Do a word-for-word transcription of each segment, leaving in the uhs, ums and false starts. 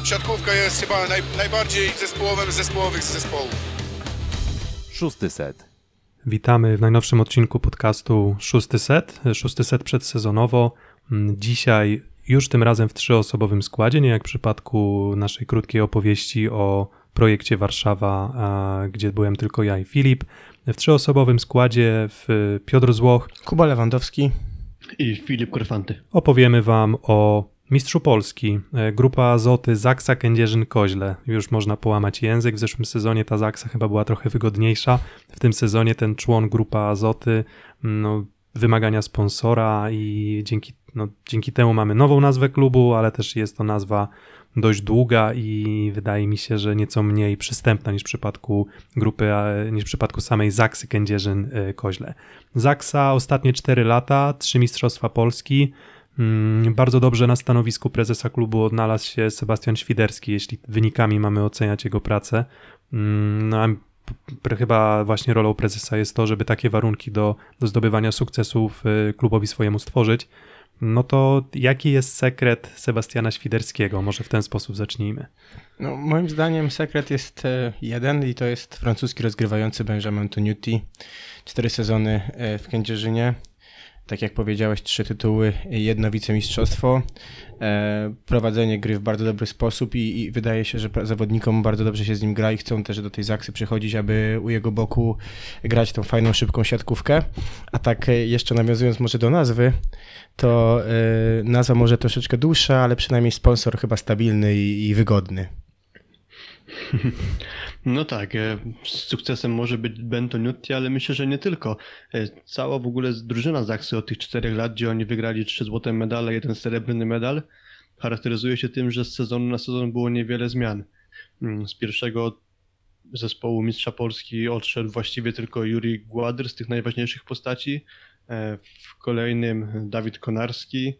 siatkówka jest chyba naj, najbardziej zespołowym z zespołowych z zespołów. Szósty set. Witamy w najnowszym odcinku podcastu Szósty set. Szósty set przedsezonowo. Dzisiaj już tym razem w trzyosobowym składzie, nie jak w przypadku naszej krótkiej opowieści o projekcie Warszawa, gdzie byłem tylko ja i Filip. W trzyosobowym składzie w Piotr Złoch, Kuba Lewandowski i Filip Korfanty. Opowiemy wam o mistrzu Polski, grupa Azoty Zaksa Kędzierzyn-Koźle. Już można połamać język. W zeszłym sezonie ta Zaksa chyba była trochę wygodniejsza. W tym sezonie ten człon grupa Azoty, no, wymagania sponsora i dzięki, no, dzięki temu mamy nową nazwę klubu, ale też jest to nazwa dość długa i wydaje mi się, że nieco mniej przystępna niż w przypadku grupy, niż w przypadku samej Zaksy Kędzierzyn-Koźle. Zaksa ostatnie cztery lata, trzy mistrzostwa Polski. Bardzo dobrze na stanowisku prezesa klubu odnalazł się Sebastian Świderski, jeśli wynikami mamy oceniać jego pracę. No, a chyba właśnie rolą prezesa jest to, żeby takie warunki do, do zdobywania sukcesów klubowi swojemu stworzyć. No to jaki jest sekret Sebastiana Świderskiego? Może w ten sposób zacznijmy. No, moim zdaniem sekret jest jeden i to jest francuski rozgrywający Benjamin Toniutti. Cztery sezony w Kędzierzynie. Tak jak powiedziałeś, trzy tytuły, jedno wicemistrzostwo, e, prowadzenie gry w bardzo dobry sposób i, i wydaje się, że zawodnikom bardzo dobrze się z nim gra i chcą też do tej Zaksy przychodzić, aby u jego boku grać tą fajną, szybką siatkówkę. A tak jeszcze nawiązując może do nazwy, to e, nazwa może troszeczkę dłuższa, ale przynajmniej sponsor chyba stabilny i, i wygodny. No tak, z sukcesem może być Ben Toniutti, ale myślę, że nie tylko. Cała w ogóle drużyna Zaksy od tych czterech lat, gdzie oni wygrali trzy złote medale, jeden srebrny medal, charakteryzuje się tym, że z sezonu na sezon było niewiele zmian. Z pierwszego zespołu mistrza Polski odszedł właściwie tylko Juri Gładr z tych najważniejszych postaci, w kolejnym Dawid Konarski.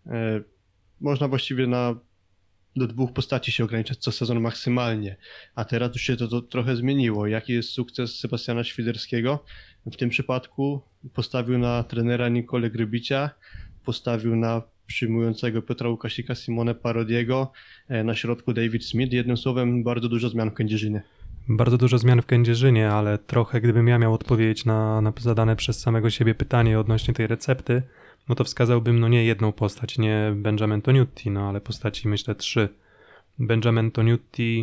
Można właściwie na do dwóch postaci się ograniczać co sezon maksymalnie, a teraz już się to, to trochę zmieniło. Jaki jest sukces Sebastiana Świderskiego? W tym przypadku postawił na trenera Nicolę Grybicia, postawił na przyjmującego Piotra Łukasika, Simone Parodiego, na środku David Smith. Jednym słowem bardzo dużo zmian w Kędzierzynie. Bardzo dużo zmian w Kędzierzynie, ale trochę gdybym ja miał odpowiedzieć na, na zadane przez samego siebie pytanie odnośnie tej recepty, no to wskazałbym no nie jedną postać, nie Benjamin Toniutti, no ale postaci myślę trzy. Benjamin Toniutti,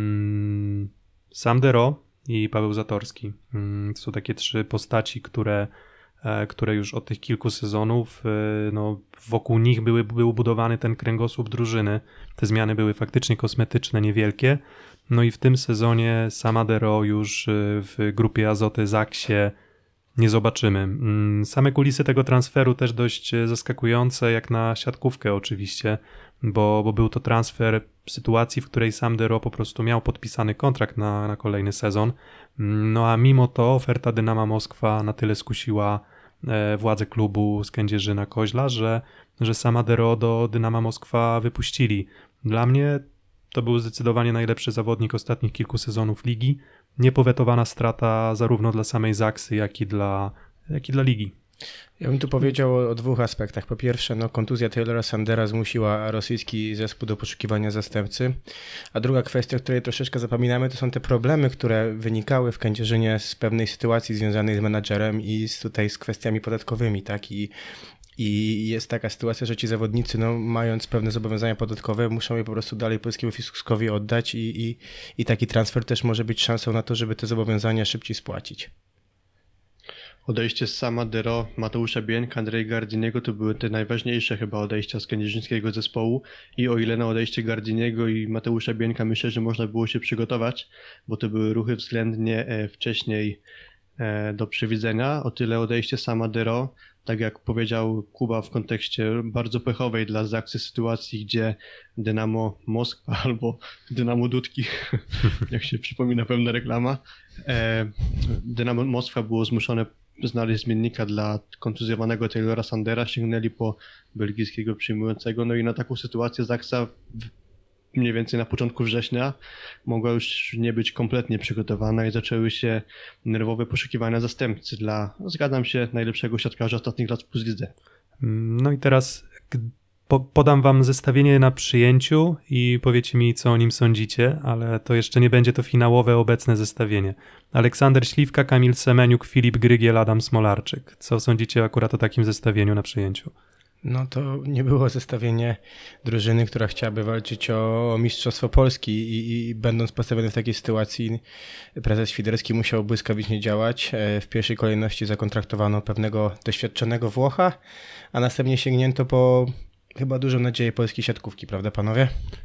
mm, Sam Dero i Paweł Zatorski. Mm, to są takie trzy postaci, które, e, które już od tych kilku sezonów, e, no wokół nich były, był budowany ten kręgosłup drużyny. Te zmiany były faktycznie kosmetyczne, niewielkie. No i w tym sezonie Sama Dero już w grupie Azoty Zaksie nie zobaczymy. Same kulisy tego transferu też dość zaskakujące, jak na siatkówkę oczywiście, bo, bo był to transfer w sytuacji, w której sam Dero po prostu miał podpisany kontrakt na, na kolejny sezon. No a mimo to oferta Dynama Moskwa na tyle skusiła władze klubu z Kędzierzyna Koźla, że, że sama Dero do Dynama Moskwa wypuścili. Dla mnie to był zdecydowanie najlepszy zawodnik ostatnich kilku sezonów ligi. Niepowetowana strata zarówno dla samej Zaksy, jak i dla, jak i dla ligi. Ja bym tu powiedział o, o dwóch aspektach. Po pierwsze, no, kontuzja Taylora Sandera zmusiła rosyjski zespół do poszukiwania zastępcy. A druga kwestia, o której troszeczkę zapominamy, to są te problemy, które wynikały w Kędzierzynie z pewnej sytuacji związanej z menadżerem i z, tutaj z kwestiami podatkowymi, tak? I I jest taka sytuacja, że ci zawodnicy, no, mając pewne zobowiązania podatkowe, muszą je po prostu dalej polskiemu fiskowi oddać i, i, i taki transfer też może być szansą na to, żeby te zobowiązania szybciej spłacić. Odejście z Sama Dero, Mateusza Bieńka, Andrei Gardiniego to były te najważniejsze chyba odejścia z kędzierzyńskiego zespołu i o ile na odejście Gardiniego i Mateusza Bieńka myślę, że można było się przygotować, bo to były ruchy względnie wcześniej do przewidzenia, o tyle odejście Sama Dero, tak jak powiedział Kuba, w kontekście bardzo pechowej dla Zaksy sytuacji, gdzie Dynamo Moskwa albo Dynamo Dudki, jak się przypomina pewna reklama, Dynamo Moskwa było zmuszone znaleźć zmiennika dla kontuzjowanego Taylora Sandera, sięgnęli po belgijskiego przyjmującego, no i na taką sytuację Zaksa mniej więcej na początku września mogła już nie być kompletnie przygotowana i zaczęły się nerwowe poszukiwania zastępcy dla, zgadzam się, najlepszego siatkarza ostatnich lat w Plus Lidze. No i teraz po, podam wam zestawienie na przyjęciu i powiecie mi, co o nim sądzicie, ale to jeszcze nie będzie to finałowe obecne zestawienie. Aleksander Śliwka, Kamil Semeniuk, Filip Grygiel, Adam Smolarczyk. Co sądzicie akurat o takim zestawieniu na przyjęciu? No to nie było zestawienie drużyny, która chciałaby walczyć o, o Mistrzostwo Polski i, i będąc postawiony w takiej sytuacji prezes Świderski musiał błyskawicznie działać. W pierwszej kolejności zakontraktowano pewnego doświadczonego Włocha, a następnie sięgnięto po chyba dużą nadzieję polskiej siatkówki, prawda panowie?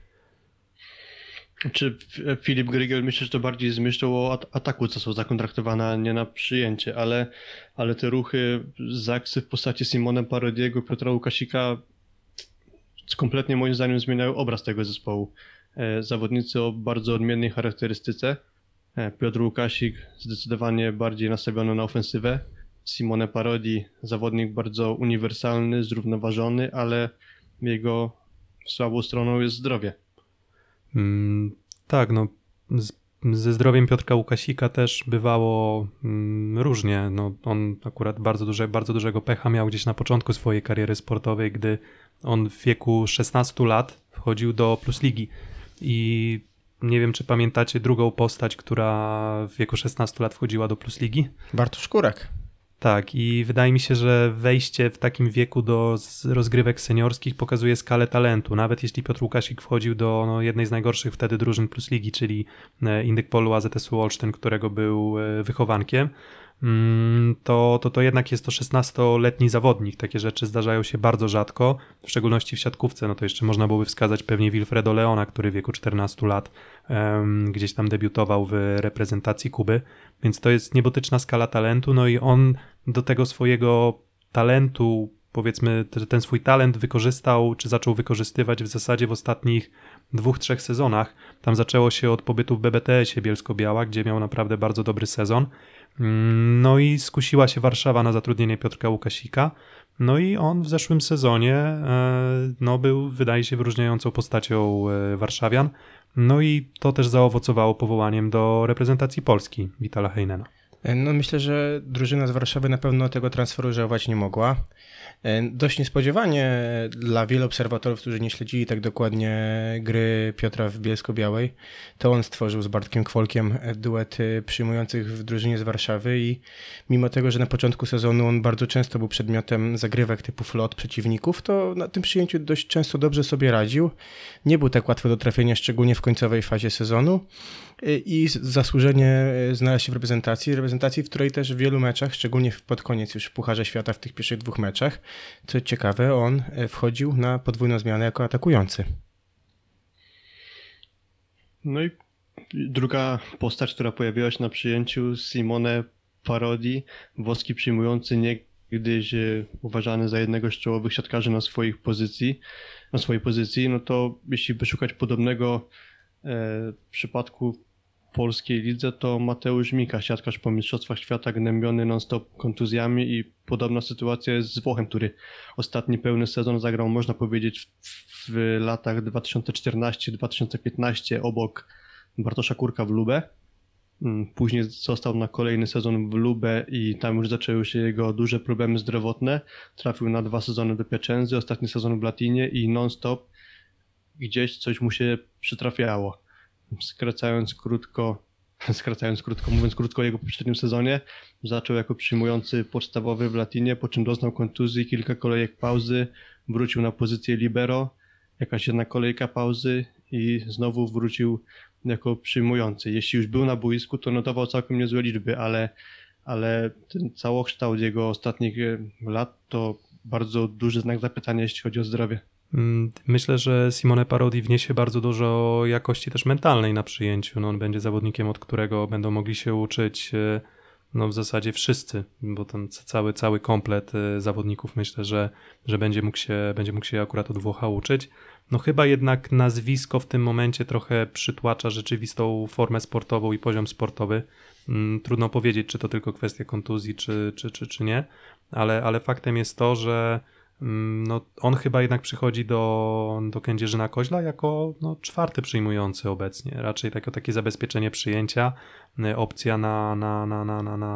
Czy Filip Grygiel, myślę, że to bardziej z myślą o at- ataku, co są zakontraktowane, a nie na przyjęcie, ale, ale te ruchy Zaksy w postaci Simona Parodiego, Piotra Łukasika kompletnie moim zdaniem zmieniają obraz tego zespołu. E, zawodnicy o bardzo odmiennej charakterystyce. E, Piotr Łukasik zdecydowanie bardziej nastawiony na ofensywę. Simone Parodi, zawodnik bardzo uniwersalny, zrównoważony, ale jego słabą stroną jest zdrowie. Mm, tak, no z, ze zdrowiem Piotrka Łukasika też bywało mm, różnie. No, on akurat bardzo, duże, bardzo dużego pecha miał gdzieś na początku swojej kariery sportowej, gdy on w wieku szesnastu lat wchodził do Plus Ligi i nie wiem, czy pamiętacie drugą postać, która w wieku szesnastu lat wchodziła do Plus Ligi? Bartosz Kurek. Tak, i wydaje mi się, że wejście w takim wieku do z- rozgrywek seniorskich pokazuje skalę talentu. Nawet jeśli Piotr Łukasik wchodził do no, jednej z najgorszych wtedy drużyn Plus Ligi, czyli e, Indykpolu A Z S U Olsztyn, którego był e, wychowankiem, mm, to, to, to jednak jest to szesnastoletni zawodnik. Takie rzeczy zdarzają się bardzo rzadko, w szczególności w siatkówce. No to jeszcze można byłoby wskazać pewnie Wilfredo Leona, który w wieku czternastu lat em, gdzieś tam debiutował w reprezentacji Kuby, więc to jest niebotyczna skala talentu, no i on do tego swojego talentu, powiedzmy, że ten swój talent wykorzystał, czy zaczął wykorzystywać w zasadzie w ostatnich dwóch, trzech sezonach. Tam zaczęło się od pobytu w B B T S ie Bielsko-Biała, gdzie miał naprawdę bardzo dobry sezon. No i skusiła się Warszawa na zatrudnienie Piotrka Łukasika. No i on w zeszłym sezonie no, był, wydaje się, wyróżniającą postacią warszawian. No i to też zaowocowało powołaniem do reprezentacji Polski Witala Heinena. No myślę, że drużyna z Warszawy na pewno tego transferu żałować nie mogła. Dość niespodziewanie dla wielu obserwatorów, którzy nie śledzili tak dokładnie gry Piotra w Bielsko-Białej, to on stworzył z Bartkiem Kwolkiem duet przyjmujących w drużynie z Warszawy i mimo tego, że na początku sezonu on bardzo często był przedmiotem zagrywek typu flot przeciwników, to na tym przyjęciu dość często dobrze sobie radził. Nie był tak łatwy do trafienia, szczególnie w końcowej fazie sezonu i zasłużenie znalazł się w reprezentacji, reprezentacji, w której też w wielu meczach, szczególnie pod koniec już w Pucharze Świata w tych pierwszych dwóch meczach, co ciekawe, on wchodził na podwójną zmianę jako atakujący. No i druga postać, która pojawiła się na przyjęciu, Simone Parodi, włoski przyjmujący, niegdyś uważany za jednego z czołowych siatkarzy na swoich pozycji, na swojej pozycji, no to jeśli by szukać podobnego e, przypadku w polskiej lidze, to Mateusz Mika, siatkarz po mistrzostwach świata, gnębiony non-stop kontuzjami i podobna sytuacja jest z Włochem, który ostatni pełny sezon zagrał, można powiedzieć, w, w latach dwa tysiące czternastym do dwa tysiące piętnastego obok Bartosza Kurka w Lubę. Później został na kolejny sezon w Lubę i tam już zaczęły się jego duże problemy zdrowotne. Trafił na dwa sezony do Piacenzy, ostatni sezon w Latinie i non-stop gdzieś coś mu się przytrafiało. Skracając krótko, skracając krótko, mówiąc krótko o jego poprzednim sezonie, zaczął jako przyjmujący podstawowy w Latinie, po czym doznał kontuzji, kilka kolejek pauzy, wrócił na pozycję libero, jakaś jedna kolejka pauzy i znowu wrócił jako przyjmujący. Jeśli już był na boisku, to notował całkiem niezłe liczby, ale, ale ten całokształt jego ostatnich lat to bardzo duży znak zapytania, jeśli chodzi o zdrowie. Myślę, że Simone Parodi wniesie bardzo dużo jakości też mentalnej na przyjęciu. No, on będzie zawodnikiem, od którego będą mogli się uczyć no, w zasadzie wszyscy, bo ten cały, cały komplet zawodników myślę, że, że będzie, mógł się, będzie mógł się akurat od Włocha uczyć. No chyba jednak nazwisko w tym momencie trochę przytłacza rzeczywistą formę sportową i poziom sportowy. Trudno powiedzieć, czy to tylko kwestia kontuzji, czy, czy, czy, czy nie, ale, ale faktem jest to, że no, on chyba jednak przychodzi do, do Kędzierzyna Koźla jako no, czwarty przyjmujący obecnie. Raczej takie, takie zabezpieczenie przyjęcia, opcja na, na, na, na, na, na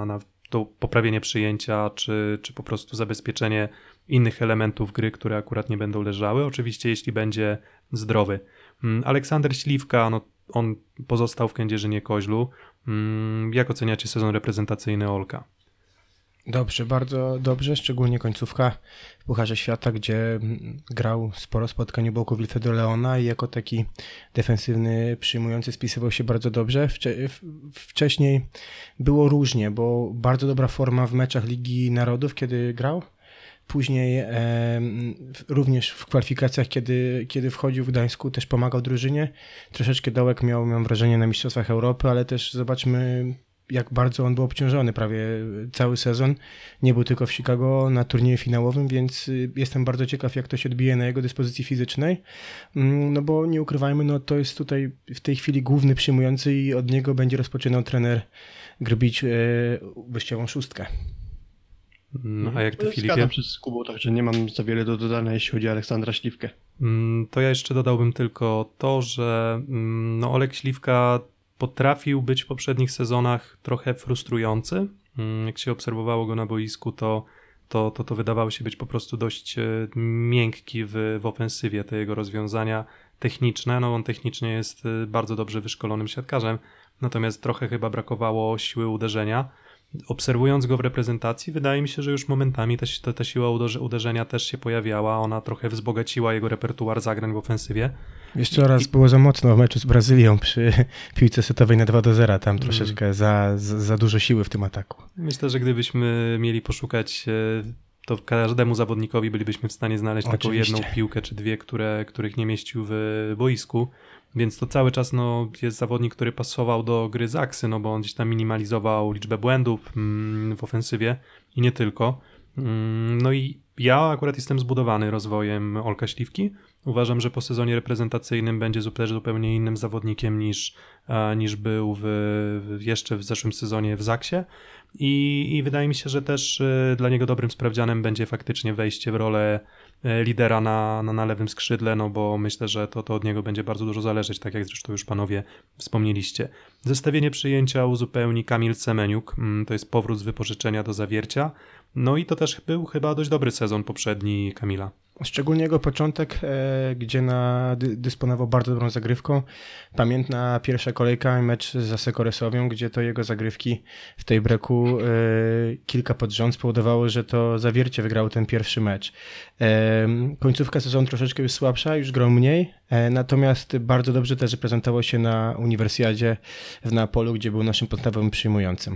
to poprawienie przyjęcia, czy, czy po prostu zabezpieczenie innych elementów gry, które akurat nie będą leżały. Oczywiście jeśli będzie zdrowy. Aleksander Śliwka, no on pozostał w Kędzierzynie-Koźlu. Jak oceniacie sezon reprezentacyjny Olka? Dobrze, bardzo dobrze, szczególnie końcówka w Pucharze Świata, gdzie grał sporo spotkań u boku Wilfredo Leona i jako taki defensywny przyjmujący spisywał się bardzo dobrze. Wcze- wcześniej było różnie, bo bardzo dobra forma w meczach Ligi Narodów, kiedy grał. Później e, również w kwalifikacjach, kiedy, kiedy wchodził w Gdańsku, też pomagał drużynie. Troszeczkę dołek miał, miał wrażenie, na Mistrzostwach Europy, ale też zobaczmy, jak bardzo on był obciążony prawie cały sezon. Nie był tylko w Chicago na turnieju finałowym, więc jestem bardzo ciekaw, jak to się odbije na jego dyspozycji fizycznej. No bo nie ukrywajmy, no to jest tutaj w tej chwili główny przyjmujący i od niego będzie rozpoczynał trener Grbić e, wyjściową szóstkę. No, a jak ty, Filipie? Zgadzam się z Kubą, także nie mam za wiele do dodania, jeśli chodzi o Aleksandra Śliwkę. To ja jeszcze dodałbym tylko to, że no, Olek Śliwka potrafił być w poprzednich sezonach trochę frustrujący. Jak się obserwowało go na boisku, to, to, to, to wydawało się być po prostu dość miękki w, w ofensywie, te jego rozwiązania techniczne. No on technicznie jest bardzo dobrze wyszkolonym siatkarzem, natomiast trochę chyba brakowało siły uderzenia. Obserwując go w reprezentacji, wydaje mi się, że już momentami ta, ta, ta siła uderzenia też się pojawiała. Ona trochę wzbogaciła jego repertuar zagrań w ofensywie. Jeszcze raz było za mocno w meczu z Brazylią przy piłce setowej na dwa do zera. Tam troszeczkę mm. za, za, za dużo siły w tym ataku. Myślę, że gdybyśmy mieli poszukać, to każdemu zawodnikowi bylibyśmy w stanie znaleźć Oczywiście. taką jedną piłkę czy dwie, które, których nie mieścił w boisku. Więc to cały czas no, jest zawodnik, który pasował do gry Zaksy, no bo on gdzieś tam minimalizował liczbę błędów mm, w ofensywie i nie tylko. Mm, no i ja akurat jestem zbudowany rozwojem Olka Śliwki. Uważam, że po sezonie reprezentacyjnym będzie też zupełnie innym zawodnikiem niż, a, niż był w, w, jeszcze w zeszłym sezonie w Zaksie. I, I wydaje mi się, że też y, dla niego dobrym sprawdzianem będzie faktycznie wejście w rolę y, lidera na, na, na lewym skrzydle, no bo myślę, że to, to od niego będzie bardzo dużo zależeć, tak jak zresztą już panowie wspomnieliście. Zestawienie przyjęcia uzupełni Kamil Semeniuk, y, to jest powrót z wypożyczenia do Zawiercia, no i to też był chyba dość dobry sezon poprzedni Kamila. Szczególnie jego początek, e, gdzie na, dy, dysponował bardzo dobrą zagrywką. Pamiętna pierwsza kolejka, mecz z Asekoresowią, gdzie to jego zagrywki w tej breku e, kilka pod rząd spowodowało, że to Zawiercie wygrało ten pierwszy mecz. E, końcówka sezonu troszeczkę już słabsza, już grał mniej, e, natomiast bardzo dobrze też reprezentował się na Uniwersjadzie w Neapolu, gdzie był naszym podstawowym przyjmującym.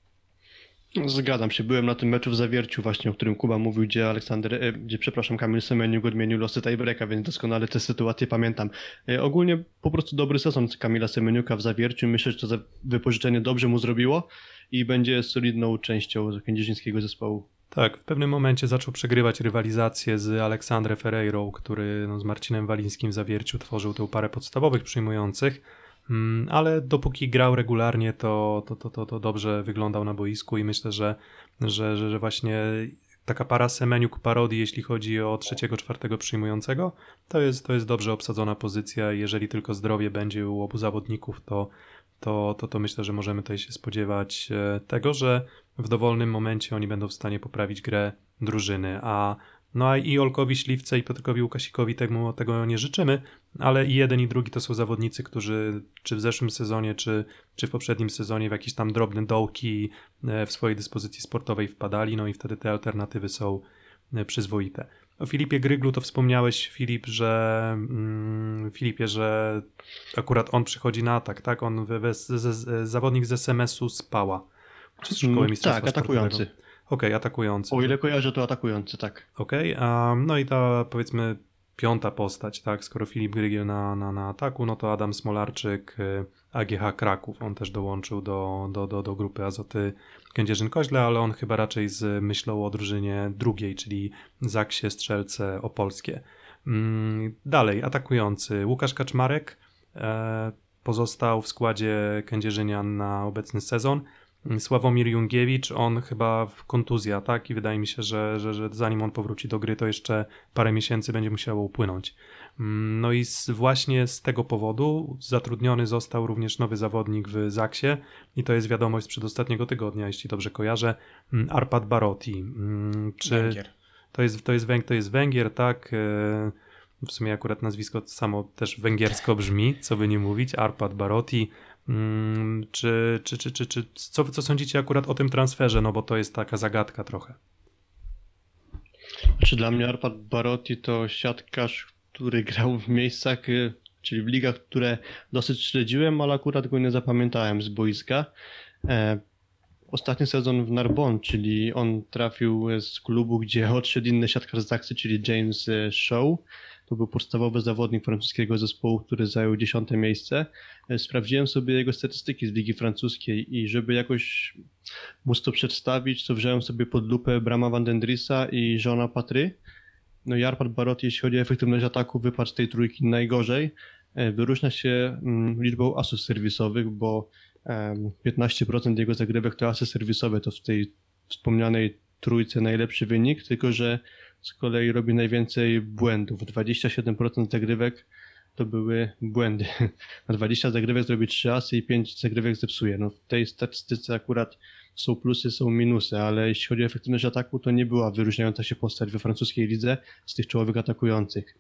Zgadzam się, byłem na tym meczu w Zawierciu właśnie, o którym Kuba mówił, gdzie Aleksander, gdzie przepraszam, Kamil Semeniuk odmienił losy tiebreaka, więc doskonale tę sytuację pamiętam. Ogólnie po prostu dobry sezon Kamila Semeniuka w Zawierciu, myślę, że to wypożyczenie dobrze mu zrobiło i będzie solidną częścią kędzierzyńskiego zespołu. Tak, w pewnym momencie zaczął przegrywać rywalizację z Aleksandrem Ferreirą, który no, z Marcinem Walińskim w Zawierciu tworzył tę parę podstawowych przyjmujących. Ale dopóki grał regularnie, to, to, to, to, to dobrze wyglądał na boisku i myślę, że, że, że, że właśnie taka para Semeniuk-Parodi, jeśli chodzi o trzeciego, czwartego przyjmującego, to jest, to jest dobrze obsadzona pozycja i jeżeli tylko zdrowie będzie u obu zawodników, to, to, to, to myślę, że możemy tutaj się spodziewać tego, że w dowolnym momencie oni będą w stanie poprawić grę drużyny, a no a i Olkowi Śliwce i Piotrkowi Łukasikowi tego, tego nie życzymy, ale i jeden i drugi to są zawodnicy, którzy czy w zeszłym sezonie, czy, czy w poprzednim sezonie w jakieś tam drobne dołki w swojej dyspozycji sportowej wpadali, no i wtedy te alternatywy są przyzwoite. O Filipie Gryglu to wspomniałeś, Filip, że mm, Filipie, że akurat on przychodzi na atak, tak? On we, we, z, z, zawodnik z es em esu z Pała, czy z Szkoły Mistrzostwa Tak, atakujący. Sportowego. Okej, okay, atakujący. O ile kojarzę, to atakujący, tak. Okej, okay, no i ta powiedzmy piąta postać, tak, skoro Filip Grygiel na, na, na ataku, no to Adam Smolarczyk, A G H Kraków, on też dołączył do, do, do, do grupy Azoty Kędzierzyn-Koźle, ale on chyba raczej z myślą o drużynie drugiej, czyli Zaksie, Strzelce Opolskie. Dalej, atakujący Łukasz Kaczmarek e, pozostał w składzie Kędzierzynian na obecny sezon. Sławomir Jungiewicz, on chyba w kontuzja, tak? I wydaje mi się, że, że, że zanim on powróci do gry, to jeszcze parę miesięcy będzie musiało upłynąć. No i z, właśnie z tego powodu zatrudniony został również nowy zawodnik w Zaksie i to jest wiadomość z przedostatniego tygodnia, jeśli dobrze kojarzę, Arpad Barotti. Czy Węgier. To jest, to jest, Węg, to jest Węgier, tak? W sumie akurat nazwisko samo też węgiersko brzmi, co by nie mówić, Arpad Barotti. Czy, czy, czy, czy, czy co, co sądzicie akurat o tym transferze? No bo to jest taka zagadka trochę. Znaczy dla mnie Arpad Barotti to siatkarz, który grał w miejscach, y, czyli w ligach, które dosyć śledziłem, ale akurat go nie zapamiętałem z boiska. E, Ostatni sezon w Narbonne, czyli on trafił z klubu, gdzie odszedł inny siatkarz z Zaksy, czyli James e, Shaw. To był podstawowy zawodnik francuskiego zespołu, który zajął dziesiąte miejsce. E, Sprawdziłem sobie jego statystyki z ligi francuskiej i żeby jakoś móc to przedstawić, to wziąłem sobie pod lupę Brama Van den Drieса i Jeana Patry. No i Arpad Barotti, jeśli chodzi o efektywność ataku, wypadł z tej trójki najgorzej. E, Wyróżnia się mm, liczbą asów serwisowych, bo em, piętnaście procent jego zagrywek to asy serwisowe, to w tej wspomnianej trójce najlepszy wynik, tylko że z kolei robi najwięcej błędów. dwadzieścia siedem procent zagrywek to były błędy. Na dwadzieścia zagrywek zrobi trzy asy i pięć zagrywek zepsuje. No w tej statystyce akurat są plusy, są minusy, ale jeśli chodzi o efektywność ataku, to nie była wyróżniająca się postać we francuskiej lidze z tych czołowych atakujących.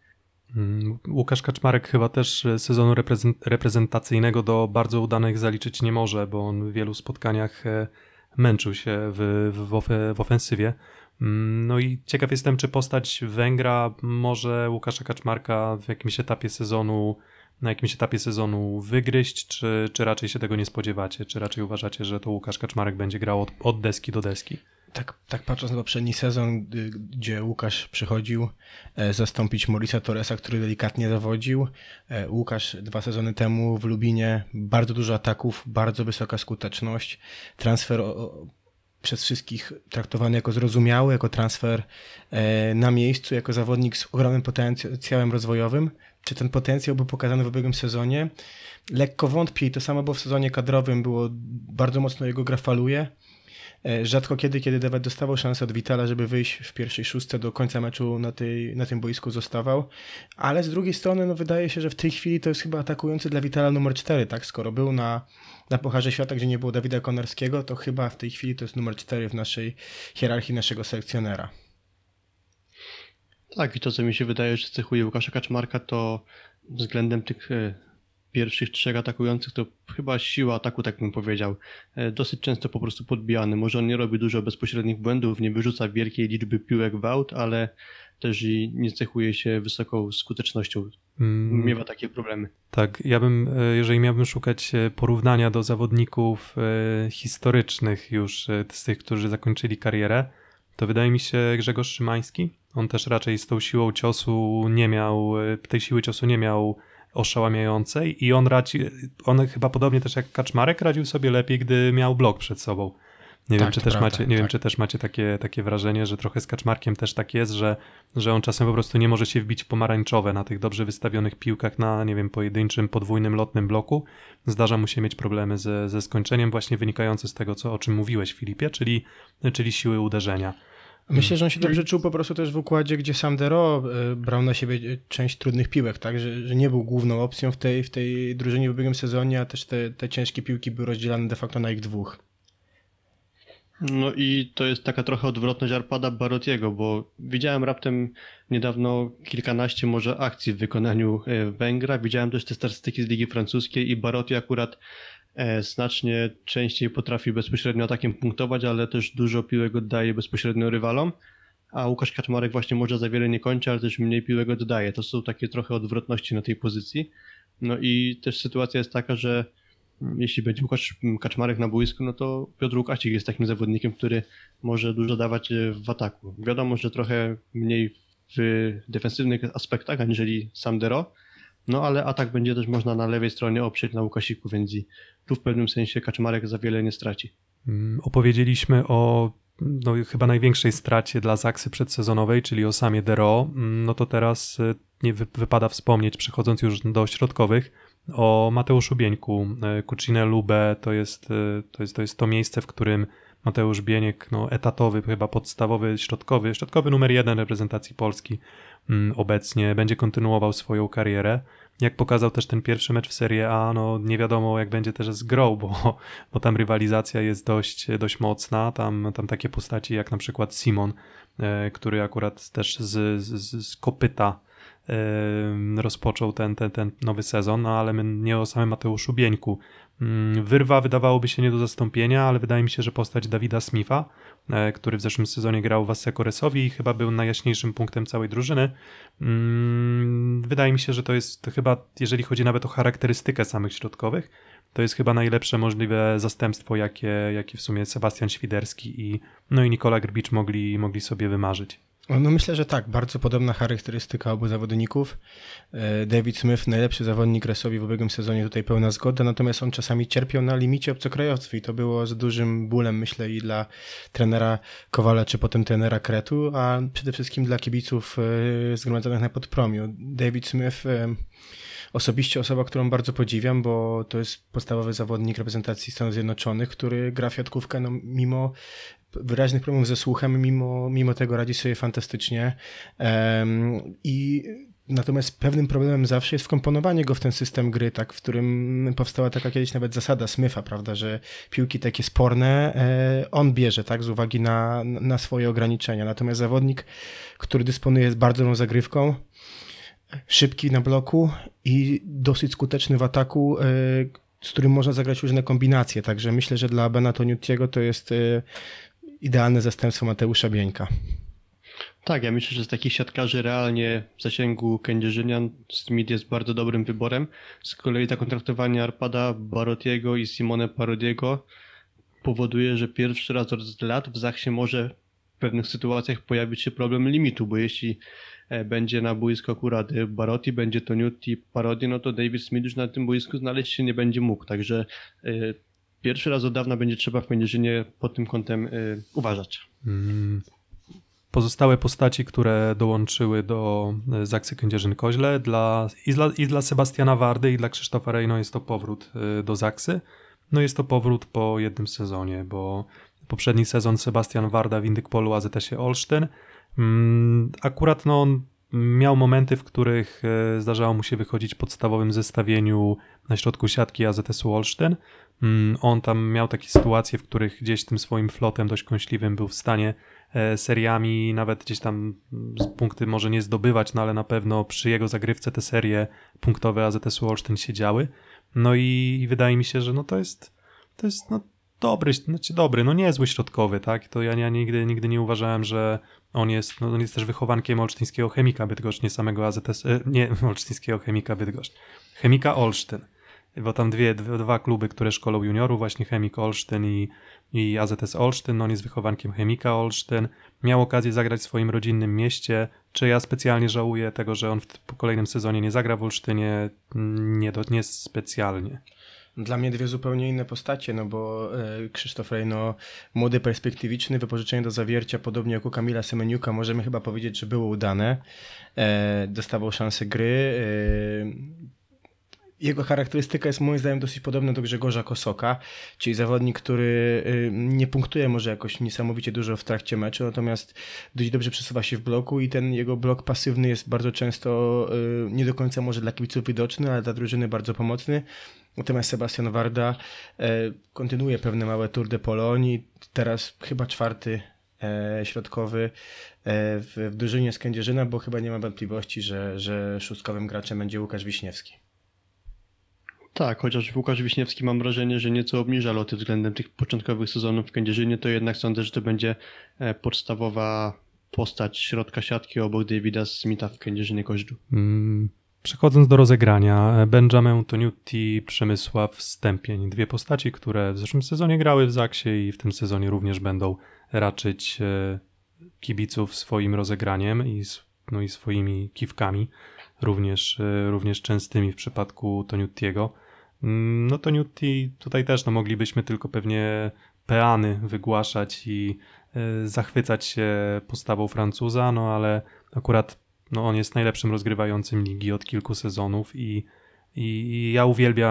Łukasz Kaczmarek chyba też sezonu reprezent- reprezentacyjnego do bardzo udanych zaliczyć nie może, bo on w wielu spotkaniach męczył się w, w, w, w ofensywie. No i ciekaw jestem, czy postać Węgra może Łukasza Kaczmarka w jakimś etapie sezonu, na jakimś etapie sezonu wygryźć, czy, czy raczej się tego nie spodziewacie? Czy raczej uważacie, że to Łukasz Kaczmarek będzie grał od, od deski do deski? Tak, tak patrząc na poprzedni sezon, gdzie Łukasz przychodził e, zastąpić Maurisa Torresa, który delikatnie zawodził. E, Łukasz dwa sezony temu w Lubinie bardzo dużo ataków, bardzo wysoka skuteczność. Transfer o, przez wszystkich traktowany jako zrozumiały, jako transfer e, na miejscu, jako zawodnik z ogromnym potencjałem rozwojowym. Czy ten potencjał był pokazany w ubiegłym sezonie? Lekko wątpię i to samo było w sezonie kadrowym, było bardzo mocno jego gra faluje. Rzadko kiedy, kiedy David dostawał szansę od Vitala, żeby wyjść w pierwszej szóstce do końca meczu na, tej, na tym boisku zostawał, ale z drugiej strony no wydaje się, że w tej chwili to jest chyba atakujący dla Vitala numer cztery, tak? Skoro był na, na Pucharze Świata, gdzie nie było Dawida Konarskiego, to chyba w tej chwili to jest numer cztery w naszej hierarchii naszego selekcjonera. Tak, i to co mi się wydaje, że cechuje Łukasza Kaczmarka, to względem tych pierwszych trzech atakujących to chyba siła ataku, tak bym powiedział. Dosyć często po prostu podbijany. Może on nie robi dużo bezpośrednich błędów, nie wyrzuca wielkiej liczby piłek w aut, ale też i nie cechuje się wysoką skutecznością. Mm. Miewa takie problemy. Tak, ja bym, jeżeli miałbym szukać porównania do zawodników historycznych już, z tych, którzy zakończyli karierę, to wydaje mi się Grzegorz Szymański. On też raczej z tą siłą ciosu nie miał, tej siły ciosu nie miał oszałamiającej i on radzi, on chyba podobnie też jak Kaczmarek radził sobie lepiej, gdy miał blok przed sobą. Nie tak, wiem, czy też prawda, macie, nie tak. wiem, czy też macie takie, takie wrażenie, że trochę z Kaczmarkiem też tak jest, że, że on czasem po prostu nie może się wbić w pomarańczowe na tych dobrze wystawionych piłkach na, nie wiem, pojedynczym, podwójnym, lotnym bloku. Zdarza mu się mieć problemy ze, ze skończeniem właśnie wynikające z tego, co, o czym mówiłeś, Filipie, czyli, czyli siły uderzenia. Myślę, że on się dobrze czuł po prostu też w układzie, gdzie sam Dero brał na siebie część trudnych piłek, tak, że, że nie był główną opcją w tej, w tej drużynie w ubiegłym sezonie, a też te, te ciężkie piłki były rozdzielane de facto na ich dwóch. No i to jest taka trochę odwrotność Arpada Barottiego, bo widziałem raptem niedawno kilkanaście może akcji w wykonaniu Węgra, widziałem też te statystyki z Ligi Francuskiej i Barotti akurat znacznie częściej potrafi bezpośrednio atakiem punktować, ale też dużo piłek oddaje bezpośrednio rywalom, a Łukasz Kaczmarek właśnie może za wiele nie kończy, ale też mniej piłek oddaje. To są takie trochę odwrotności na tej pozycji. No i też sytuacja jest taka, że jeśli będzie Łukasz Kaczmarek na boisku, no to Piotr Łukasik jest takim zawodnikiem, który może dużo dawać w ataku. Wiadomo, że trochę mniej w defensywnych aspektach, aniżeli sam Dero, no ale atak będzie też można na lewej stronie oprzeć na Łukasiku, więc i tu w pewnym sensie Kaczmarek za wiele nie straci. Opowiedzieliśmy o no, chyba największej stracie dla Zaksy przedsezonowej, czyli o Samie Dero. No to teraz nie wy, wypada wspomnieć, przechodząc już do środkowych, o Mateuszu Bieńku. Kucine Lube to jest, to jest to jest to miejsce, w którym Mateusz Bieniek, no etatowy, chyba podstawowy, środkowy, środkowy numer jeden reprezentacji Polski, mm, obecnie, będzie kontynuował swoją karierę. Jak pokazał też ten pierwszy mecz w Serie A, no nie wiadomo jak będzie też z grą, bo, bo tam rywalizacja jest dość, dość mocna, tam, tam takie postaci jak na przykład Simon, e, który akurat też z, z, z kopyta e, rozpoczął ten, ten, ten nowy sezon, no ale my nie o samym Mateuszu Bieńku. Wyrwa wydawałoby się nie do zastąpienia, ale wydaje mi się, że postać Davida Smitha, e, który w zeszłym sezonie grał w Wasse Koresowi i chyba był najjaśniejszym punktem całej drużyny. Mm, wydaje mi się, że to jest chyba, jeżeli chodzi nawet o charakterystykę samych środkowych, to jest chyba najlepsze możliwe zastępstwo, jakie, jakie w sumie Sebastian Świderski i, no i Nikola Grbicz mogli, mogli sobie wymarzyć. No myślę, że tak, bardzo podobna charakterystyka obu zawodników. David Smith, najlepszy zawodnik Resowi w ubiegłym sezonie, tutaj pełna zgoda, natomiast on czasami cierpiał na limicie obcokrajowców i to było z dużym bólem, myślę, i dla trenera Kowala, czy potem trenera Kretu, a przede wszystkim dla kibiców zgromadzonych na Podpromiu. David Smith, osobiście osoba, którą bardzo podziwiam, bo to jest podstawowy zawodnik reprezentacji Stanów Zjednoczonych, który gra w siatkówkę, no, mimo wyraźnych problemów ze słuchem, mimo, mimo tego radzi sobie fantastycznie. Um, i Natomiast pewnym problemem zawsze jest wkomponowanie go w ten system gry, tak, w którym powstała taka kiedyś nawet zasada Smitha, prawda, że piłki takie sporne e, on bierze, tak, z uwagi na, na swoje ograniczenia. Natomiast zawodnik, który dysponuje bardzo dobrą zagrywką, szybki na bloku i dosyć skuteczny w ataku, e, z którym można zagrać różne kombinacje. Także myślę, że dla Bena Toniutiego to jest e, idealne zastępstwo Mateusza Bieńka. Tak, ja myślę, że z takich siatkarzy realnie w zasięgu Kędzierzynian Smith jest bardzo dobrym wyborem. Z kolei zakontraktowanie Arpada Barotiego i Simone Parodiego powoduje, że pierwszy raz od lat w Zachsie może w pewnych sytuacjach pojawić się problem limitu, bo jeśli będzie na boisku akurat Barotti, będzie Toniutti, Parodi, no to David Smith już na tym boisku znaleźć się nie będzie mógł, także y, pierwszy raz od dawna będzie trzeba w Kędzierzynie pod tym kątem y, uważać. Mm. Pozostałe postaci, które dołączyły do Zaksy Kędzierzyn-Koźle, dla, i, dla, i dla Sebastiana Wardy, i dla Krzysztofa Rejno jest to powrót do Zaksy. No jest to powrót po jednym sezonie, bo poprzedni sezon Sebastian Warda w Indykpolu A Z S-ie Olsztyn. Akurat no, on miał momenty, w których zdarzało mu się wychodzić w podstawowym zestawieniu na środku siatki A Z S-u Olsztyn. On tam miał takie sytuacje, w których gdzieś tym swoim flotem dość kąśliwym był w stanie seriami nawet gdzieś tam punkty może nie zdobywać, no ale na pewno przy jego zagrywce te serie punktowe A Z S-u Olsztyn się działy. No i, i wydaje mi się, że no to jest to jest no dobry, znaczy dobry, no niezły środkowy, tak? To ja, ja nigdy, nigdy nie uważałem, że on jest, no on jest też wychowankiem olsztyńskiego Chemika Bydgoszcz, nie samego A Z S, nie olsztyńskiego Chemika Bydgoszcz, Chemika Olsztyn. Bo tam dwie, dwa kluby, które szkolą juniorów, właśnie Chemik Olsztyn i, i A Z S Olsztyn, no on jest wychowankiem Chemika Olsztyn, miał okazję zagrać w swoim rodzinnym mieście. Czy ja specjalnie żałuję tego, że on w kolejnym sezonie nie zagra w Olsztynie? Nie, do, nie specjalnie. Dla mnie dwie zupełnie inne postacie, no bo e, Krzysztof Rejno, młody, perspektywiczny, wypożyczenie do Zawiercia, podobnie jak u Kamila Semeniuka, możemy chyba powiedzieć, że było udane. E, dostawał szansę gry. E, Jego charakterystyka jest moim zdaniem dosyć podobna do Grzegorza Kosoka, czyli zawodnik, który nie punktuje może jakoś niesamowicie dużo w trakcie meczu, natomiast dość dobrze przesuwa się w bloku i ten jego blok pasywny jest bardzo często nie do końca może dla kibiców widoczny, ale dla drużyny bardzo pomocny. Natomiast Sebastian Warda kontynuuje pewne małe Tour de Pologne, teraz chyba czwarty środkowy w, w drużynie z Kędzierzyna, bo chyba nie ma wątpliwości, że, że szóstkowym graczem będzie Łukasz Wiśniewski. Tak, chociaż Łukasz Wiśniewski mam wrażenie, że nieco obniża loty względem tych początkowych sezonów w Kędzierzynie, to jednak sądzę, że to będzie podstawowa postać środka siatki obok Davida Smitha w Kędzierzynie Koźlu. Hmm. Przechodząc do rozegrania, Benjamin Toniutti, Przemysław Stępień. Dwie postaci, które w zeszłym sezonie grały w Zaksie i w tym sezonie również będą raczyć kibiców swoim rozegraniem i, no i swoimi kiwkami, również, również częstymi w przypadku Toniuttiego. No Toniutti tutaj też no, moglibyśmy tylko pewnie peany wygłaszać i zachwycać się postawą Francuza, no ale akurat no, on jest najlepszym rozgrywającym ligi od kilku sezonów i, i, i ja uwielbiam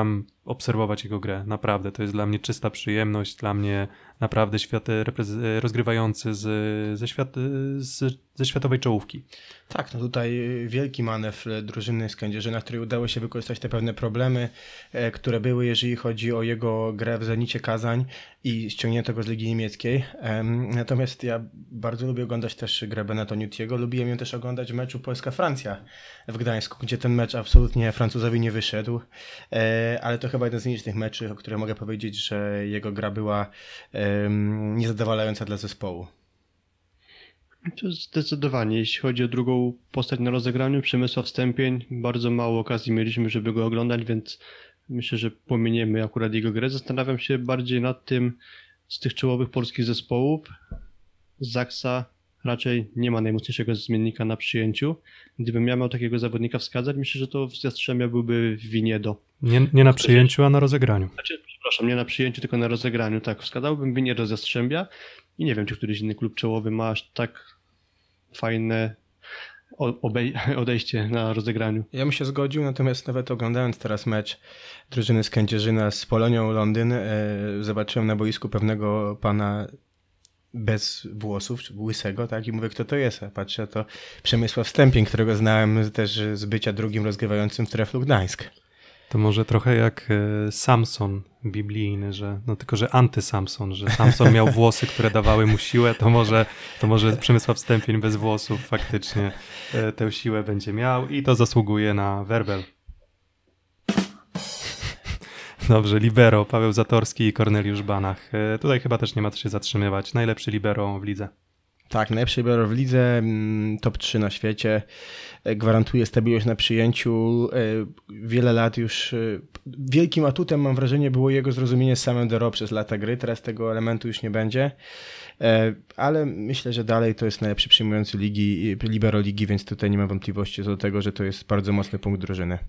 obserwować jego grę, naprawdę. To jest dla mnie czysta przyjemność, dla mnie naprawdę świat, reprez- rozgrywający z, ze, świat, z, ze światowej czołówki. Tak, no tutaj wielki manewr drużyny z Kędzierzyna, w której udało się wykorzystać te pewne problemy, e, które były, jeżeli chodzi o jego grę w Zenicie Kazań i ściągnięto go z Ligi Niemieckiej. Em, natomiast ja bardzo lubię oglądać też grę Beneta Nutiego. Lubiłem ją też oglądać w meczu Polska-Francja w Gdańsku, gdzie ten mecz absolutnie Francuzowi nie wyszedł, e, ale to chyba jeden z nielicznych meczów, o których mogę powiedzieć, że jego gra była em, niezadowalająca dla zespołu. To zdecydowanie. Jeśli chodzi o drugą postać na rozegraniu, Przemysław Stępień, bardzo mało okazji mieliśmy, żeby go oglądać, więc myślę, że pominiemy akurat jego grę. Zastanawiam się bardziej nad tym, z tych czołowych polskich zespołów, Zaksa raczej nie ma najmocniejszego zmiennika na przyjęciu. Gdybym ja miał takiego zawodnika wskazać, myślę, że to w Jastrzębia byłby Winiedo. Nie, nie na przyjęciu, a na rozegraniu. Znaczy, przepraszam, nie na przyjęciu, tylko na rozegraniu. Tak, wskazałbym Winiedo z Jastrzębia i nie wiem, czy któryś inny klub czołowy ma aż tak fajne obej- odejście na rozegraniu. Ja bym się zgodził, natomiast nawet oglądając teraz mecz drużyny z Kędzierzyna z Polonią Londyn, e, zobaczyłem na boisku pewnego pana bez włosów, czy łysego, tak? I mówię, kto to jest? A patrzę, to Przemysław Stępień, którego znałem też z bycia drugim rozgrywającym w Treflu Gdańsk. To może trochę jak e, Samson biblijny, że, no tylko że anty-Samson, że Samson miał włosy, które dawały mu siłę, to może, to może Przemysław Stępień bez włosów faktycznie e, tę siłę będzie miał i to zasługuje na werbel. Dobrze, libero, Paweł Zatorski i Korneliusz Banach. E, tutaj chyba też nie ma co się zatrzymywać. Najlepszy libero w lidze. Tak, najlepszy libero w lidze, mm, top trzy na świecie, e, gwarantuje stabilność na przyjęciu, e, wiele lat już, e, wielkim atutem mam wrażenie było jego zrozumienie z samym Dero przez lata gry, teraz tego elementu już nie będzie, e, ale myślę, że dalej to jest najlepszy przyjmujący ligi, libero ligi, więc tutaj nie ma wątpliwości co do tego, że to jest bardzo mocny punkt drużyny.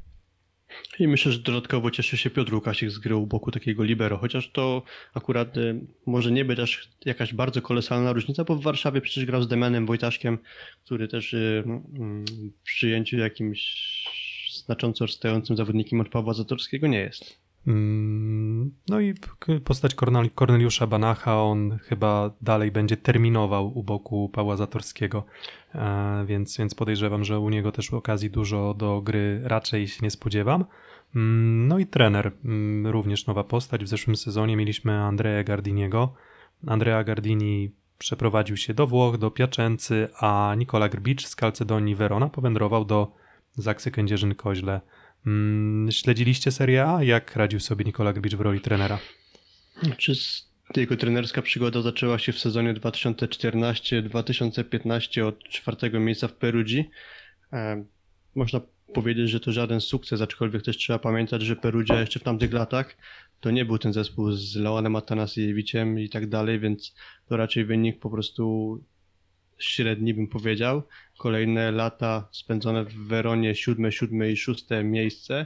I myślę, że dodatkowo cieszy się Piotr Łukasik z gry u boku takiego libero, chociaż to akurat y, może nie być aż jakaś bardzo kolosalna różnica, bo w Warszawie przecież grał z Demianem Wojtaszkiem, który też y, y, w przyjęciu jakimś znacząco odstającym zawodnikiem od Pawła Zatorskiego nie jest. Mm, No i k- postać Kornel- Korneliusza Banacha, on chyba dalej będzie terminował u boku Pawła Zatorskiego, e, więc, więc podejrzewam, że u niego też okazji dużo do gry raczej się nie spodziewam. Mm, No i trener, mm, również nowa postać. W zeszłym sezonie mieliśmy Andrea Gardiniego. Andrea Gardini przeprowadził się do Włoch, do Piacenzy, a Nikola Grbicz z Calcedonii Verona powędrował do Zaksy Kędzierzyn-Koźle. Mm, Śledziliście Serie A? Jak radził sobie Nikola Grbicz w roli trenera? Czy z- jego trenerska przygoda zaczęła się w sezonie dwa tysiące czternastym dwa tysiące piętnastym od czwartego miejsca w Perugii. E, Można powiedzieć, że to żaden sukces, aczkolwiek też trzeba pamiętać, że Perugia jeszcze w tamtych latach to nie był ten zespół z Leonem Atanasiewiciem i tak dalej, więc to raczej wynik po prostu średni, bym powiedział. Kolejne lata spędzone w Weronie, siódme, siódme i szóste miejsce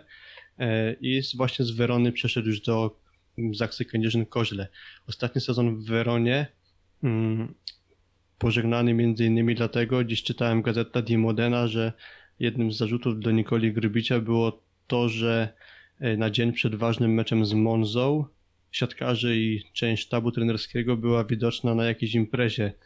e, i z- właśnie z Werony przeszedł już do Zaksy Kędzierzyn-Koźle. Ostatni sezon w Weronie mm, pożegnany między innymi dlatego, dziś czytałem Gazeta di Modena, że jednym z zarzutów do Nikoli Grbicia było to, że e, na dzień przed ważnym meczem z Monzą siatkarze i część sztabu trenerskiego była widoczna na jakiejś imprezie e,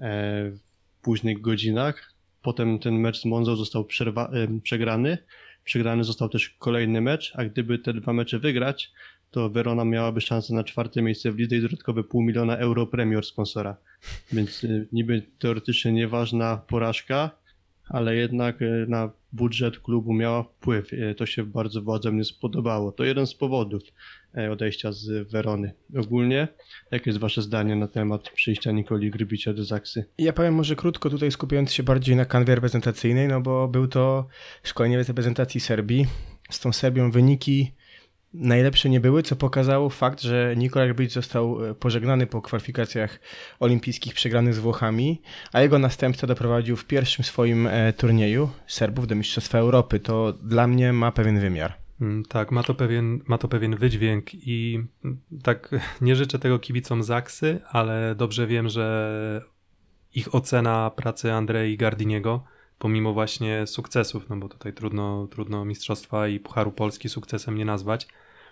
w późnych godzinach. Potem ten mecz z Monzą został przerwa- e, przegrany. Przegrany został też kolejny mecz, a gdyby te dwa mecze wygrać, to Verona miałaby szansę na czwarte miejsce w lidze i dodatkowe pół miliona euro premii od sponsora. Więc y, niby teoretycznie nieważna porażka, ale jednak y, na budżet klubu miała wpływ. Y, To się bardzo władzom nie spodobało. To jeden z powodów y, odejścia z Werony. Ogólnie, jakie jest wasze zdanie na temat przyjścia Nikoli Grbicia do Zaksy? Ja powiem może krótko, tutaj skupiając się bardziej na kanwie reprezentacyjnej, no bo był to szkolenie reprezentacji Serbii. Z tą Serbią wyniki najlepsze nie były, co pokazało fakt, że Nikola Grbić został e, pożegnany po kwalifikacjach olimpijskich przegranych z Włochami, a jego następca doprowadził w pierwszym swoim e, turnieju Serbów do Mistrzostwa Europy. To dla mnie ma pewien wymiar. Mm, Tak, ma to pewien, ma to pewien wydźwięk i mm, tak nie życzę tego kibicom Zaksy, ale dobrze wiem, że ich ocena pracy Andrei Gardiniego, pomimo właśnie sukcesów, no bo tutaj trudno, trudno Mistrzostwa i Pucharu Polski sukcesem nie nazwać,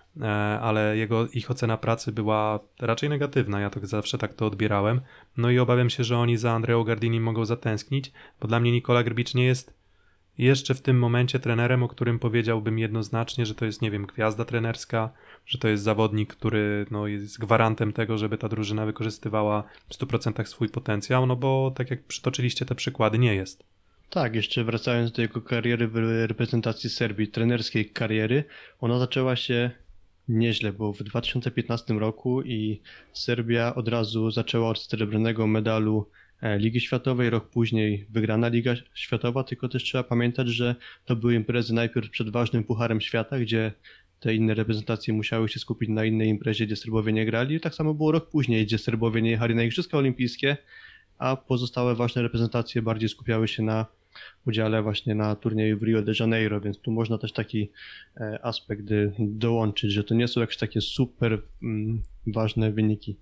e, ale jego, ich ocena pracy była raczej negatywna, ja to zawsze tak to odbierałem. No i obawiam się, że oni za Andreą Gardini mogą zatęsknić, bo dla mnie Nikola Grbić nie jest jeszcze w tym momencie trenerem, o którym powiedziałbym jednoznacznie, że to jest, nie wiem, gwiazda trenerska, że to jest zawodnik, który no, jest gwarantem tego, żeby ta drużyna wykorzystywała w stu procentach swój potencjał, no bo tak jak przytoczyliście te przykłady, nie jest. Tak, jeszcze wracając do jego kariery w reprezentacji Serbii, trenerskiej kariery, ona zaczęła się nieźle, bo w dwa tysiące piętnastym roku i Serbia od razu zaczęła od srebrnego medalu Ligi Światowej, rok później wygrana Liga Światowa, tylko też trzeba pamiętać, że to były imprezy najpierw przed ważnym Pucharem Świata, gdzie te inne reprezentacje musiały się skupić na innej imprezie, gdzie Serbowie nie grali. I tak samo było rok później, gdzie Serbowie nie jechali na Igrzyska Olimpijskie, a pozostałe ważne reprezentacje bardziej skupiały się na udziale właśnie na turnieju w Rio de Janeiro, więc tu można też taki aspekt dołączyć, że to nie są jakieś takie super mm, ważne wyniki.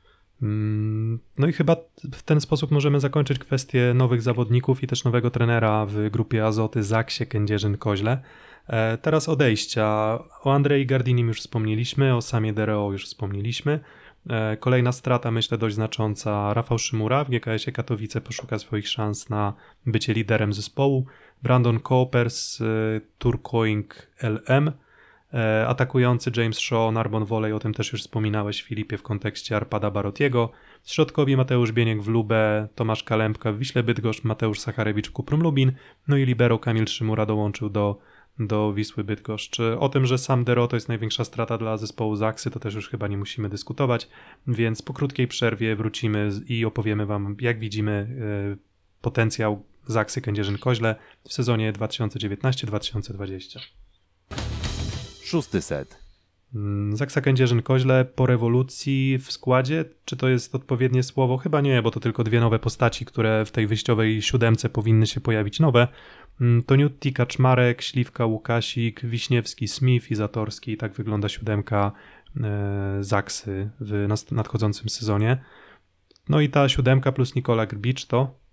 No i chyba w ten sposób możemy zakończyć kwestię nowych zawodników i też nowego trenera w grupie Azoty Zaksie Kędzierzyn-Koźle. Teraz odejścia. O Andrei Gardinim już wspomnieliśmy, o Samie Dereo już wspomnieliśmy. Kolejna strata, myślę, dość znacząca. Rafał Szymura w G K S-ie Katowice poszuka swoich szans na bycie liderem zespołu. Brandon Cooper z Turcoing L M. Atakujący James Shaw, Narbon Volley, o tym też już wspominałeś, Filipie, w kontekście Arpada Barotiego. Środkowi Mateusz Bieniek w Lubę, Tomasz Kalembka w Wiśle Bydgoszcz, Mateusz Sacharewicz w Kuprum Lubin, no i libero Kamil Szymura dołączył do, do Wisły Bydgoszcz. O tym, że sam Dero to jest największa strata dla zespołu Zaksy, to też już chyba nie musimy dyskutować, więc po krótkiej przerwie wrócimy i opowiemy wam, jak widzimy yy, potencjał Zaksy Kędzierzyn-Koźle w sezonie dwa tysiące dziewiętnasty dwa tysiące dwudziesty. Szósty set. Zaksa Kędzierzyn-Koźle po rewolucji w składzie, czy to jest odpowiednie słowo? Chyba nie, bo to tylko dwie nowe postaci, które w tej wyjściowej siódemce powinny się pojawić nowe. Toniutti, Kaczmarek, Śliwka, Łukasik, Wiśniewski, Smith i Zatorski. I tak wygląda siódemka Zaksy w nadchodzącym sezonie. No i ta siódemka plus Nikola Grbić to...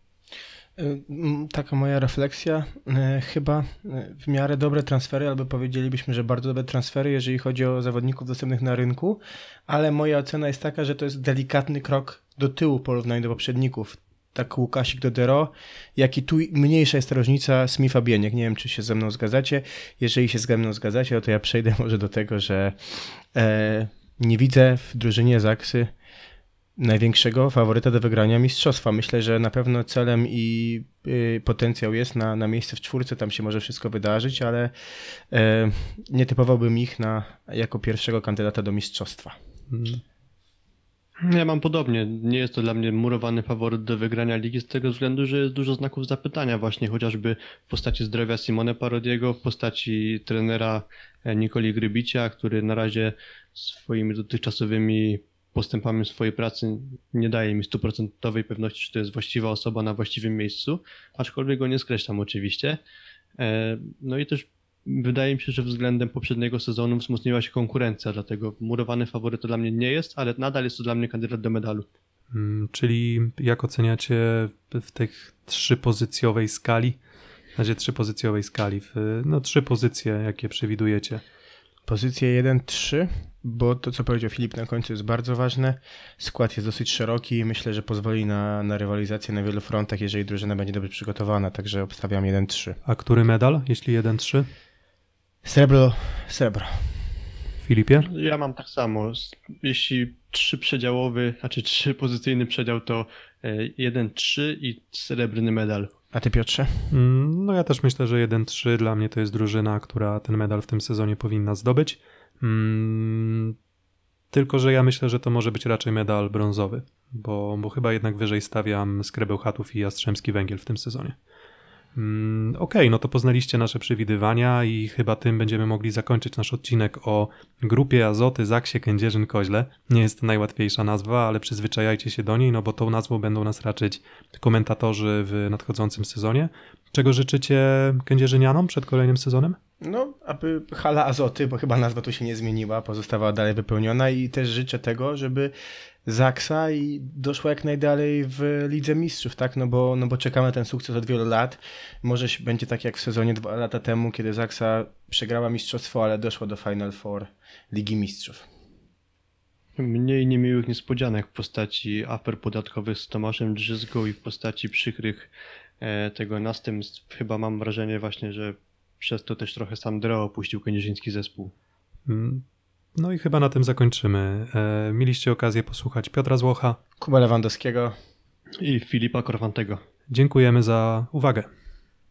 Taka moja refleksja, chyba w miarę dobre transfery, albo powiedzielibyśmy, że bardzo dobre transfery, jeżeli chodzi o zawodników dostępnych na rynku, ale moja ocena jest taka, że to jest delikatny krok do tyłu w porównaniu do poprzedników. Tak Łukasik do Dero, jak i tu mniejsza jest ta różnica Smitha Bieniek. Nie wiem, czy się ze mną zgadzacie. Jeżeli się ze mną zgadzacie, no to ja przejdę może do tego, że e, nie widzę w drużynie Zaksy największego faworyta do wygrania mistrzostwa. Myślę, że na pewno celem i y, potencjał jest na, na miejsce w czwórce, tam się może wszystko wydarzyć, ale y, nie typowałbym ich na, jako pierwszego kandydata do mistrzostwa. Hmm. Ja mam podobnie. Nie jest to dla mnie murowany faworyt do wygrania ligi z tego względu, że jest dużo znaków zapytania właśnie chociażby w postaci zdrowia Simone Parodiego, w postaci trenera Nikoli Grybicia, który na razie swoimi dotychczasowymi postępami swojej pracy nie daje mi stuprocentowej pewności, że to jest właściwa osoba na właściwym miejscu, aczkolwiek go nie skreślam oczywiście. No i też wydaje mi się, że względem poprzedniego sezonu wzmocniła się konkurencja, dlatego murowany faworyt to dla mnie nie jest, ale nadal jest to dla mnie kandydat do medalu. Hmm, czyli jak oceniacie w tych trzypozycjowej skali, w razie trzypozycjowej skali, w, no trzy pozycje, jakie przewidujecie? Pozycje jeden trzy, bo to, co powiedział Filip na końcu, jest bardzo ważne. Skład jest dosyć szeroki i myślę, że pozwoli na, na rywalizację na wielu frontach, jeżeli drużyna będzie dobrze przygotowana, także obstawiam jeden trzy. A który medal, jeśli jeden trzy? Srebro, srebro. Filipie? Ja mam tak samo. Jeśli trzy przedziałowy, znaczy trzy pozycyjny przedział, to jeden trzy i srebrny medal. A ty, Piotrze? No ja też myślę, że jeden trzy dla mnie to jest drużyna, która ten medal w tym sezonie powinna zdobyć. Hmm, tylko, że ja myślę, że to może być raczej medal brązowy, bo, bo chyba jednak wyżej stawiam Skrebeł Chatów i Jastrzębski Węgiel w tym sezonie. Hmm, Okej, okay, no to poznaliście nasze przewidywania i chyba tym będziemy mogli zakończyć nasz odcinek o grupie Azoty Zaksie Kędzierzyn-Koźle. Nie jest to najłatwiejsza nazwa, ale przyzwyczajajcie się do niej, no bo tą nazwą będą nas raczyć komentatorzy w nadchodzącym sezonie. Czego życzycie kędzierzynianom przed kolejnym sezonem? No, aby hala Azoty, bo chyba nazwa tu się nie zmieniła, pozostawała dalej wypełniona i też życzę tego, żeby Zaksa i doszła jak najdalej w Lidze Mistrzów, tak? No bo, no bo czekamy na ten sukces od wielu lat. Może się- będzie tak jak w sezonie dwa lata temu, kiedy Zaksa przegrała mistrzostwo, ale doszła do Final Four Ligi Mistrzów. Mniej niemiłych niespodzianek w postaci afer podatkowych z Tomaszem Drzyzgą i w postaci przykrych e, tego następstw. Chyba mam wrażenie właśnie, że przez to też trochę sam Dro opuścił kędzierzyński zespół. Mm, No i chyba na tym zakończymy. E, mieliście okazję posłuchać Piotra Złocha. Kuba Lewandowskiego. I Filipa Korfantego. Dziękujemy za uwagę.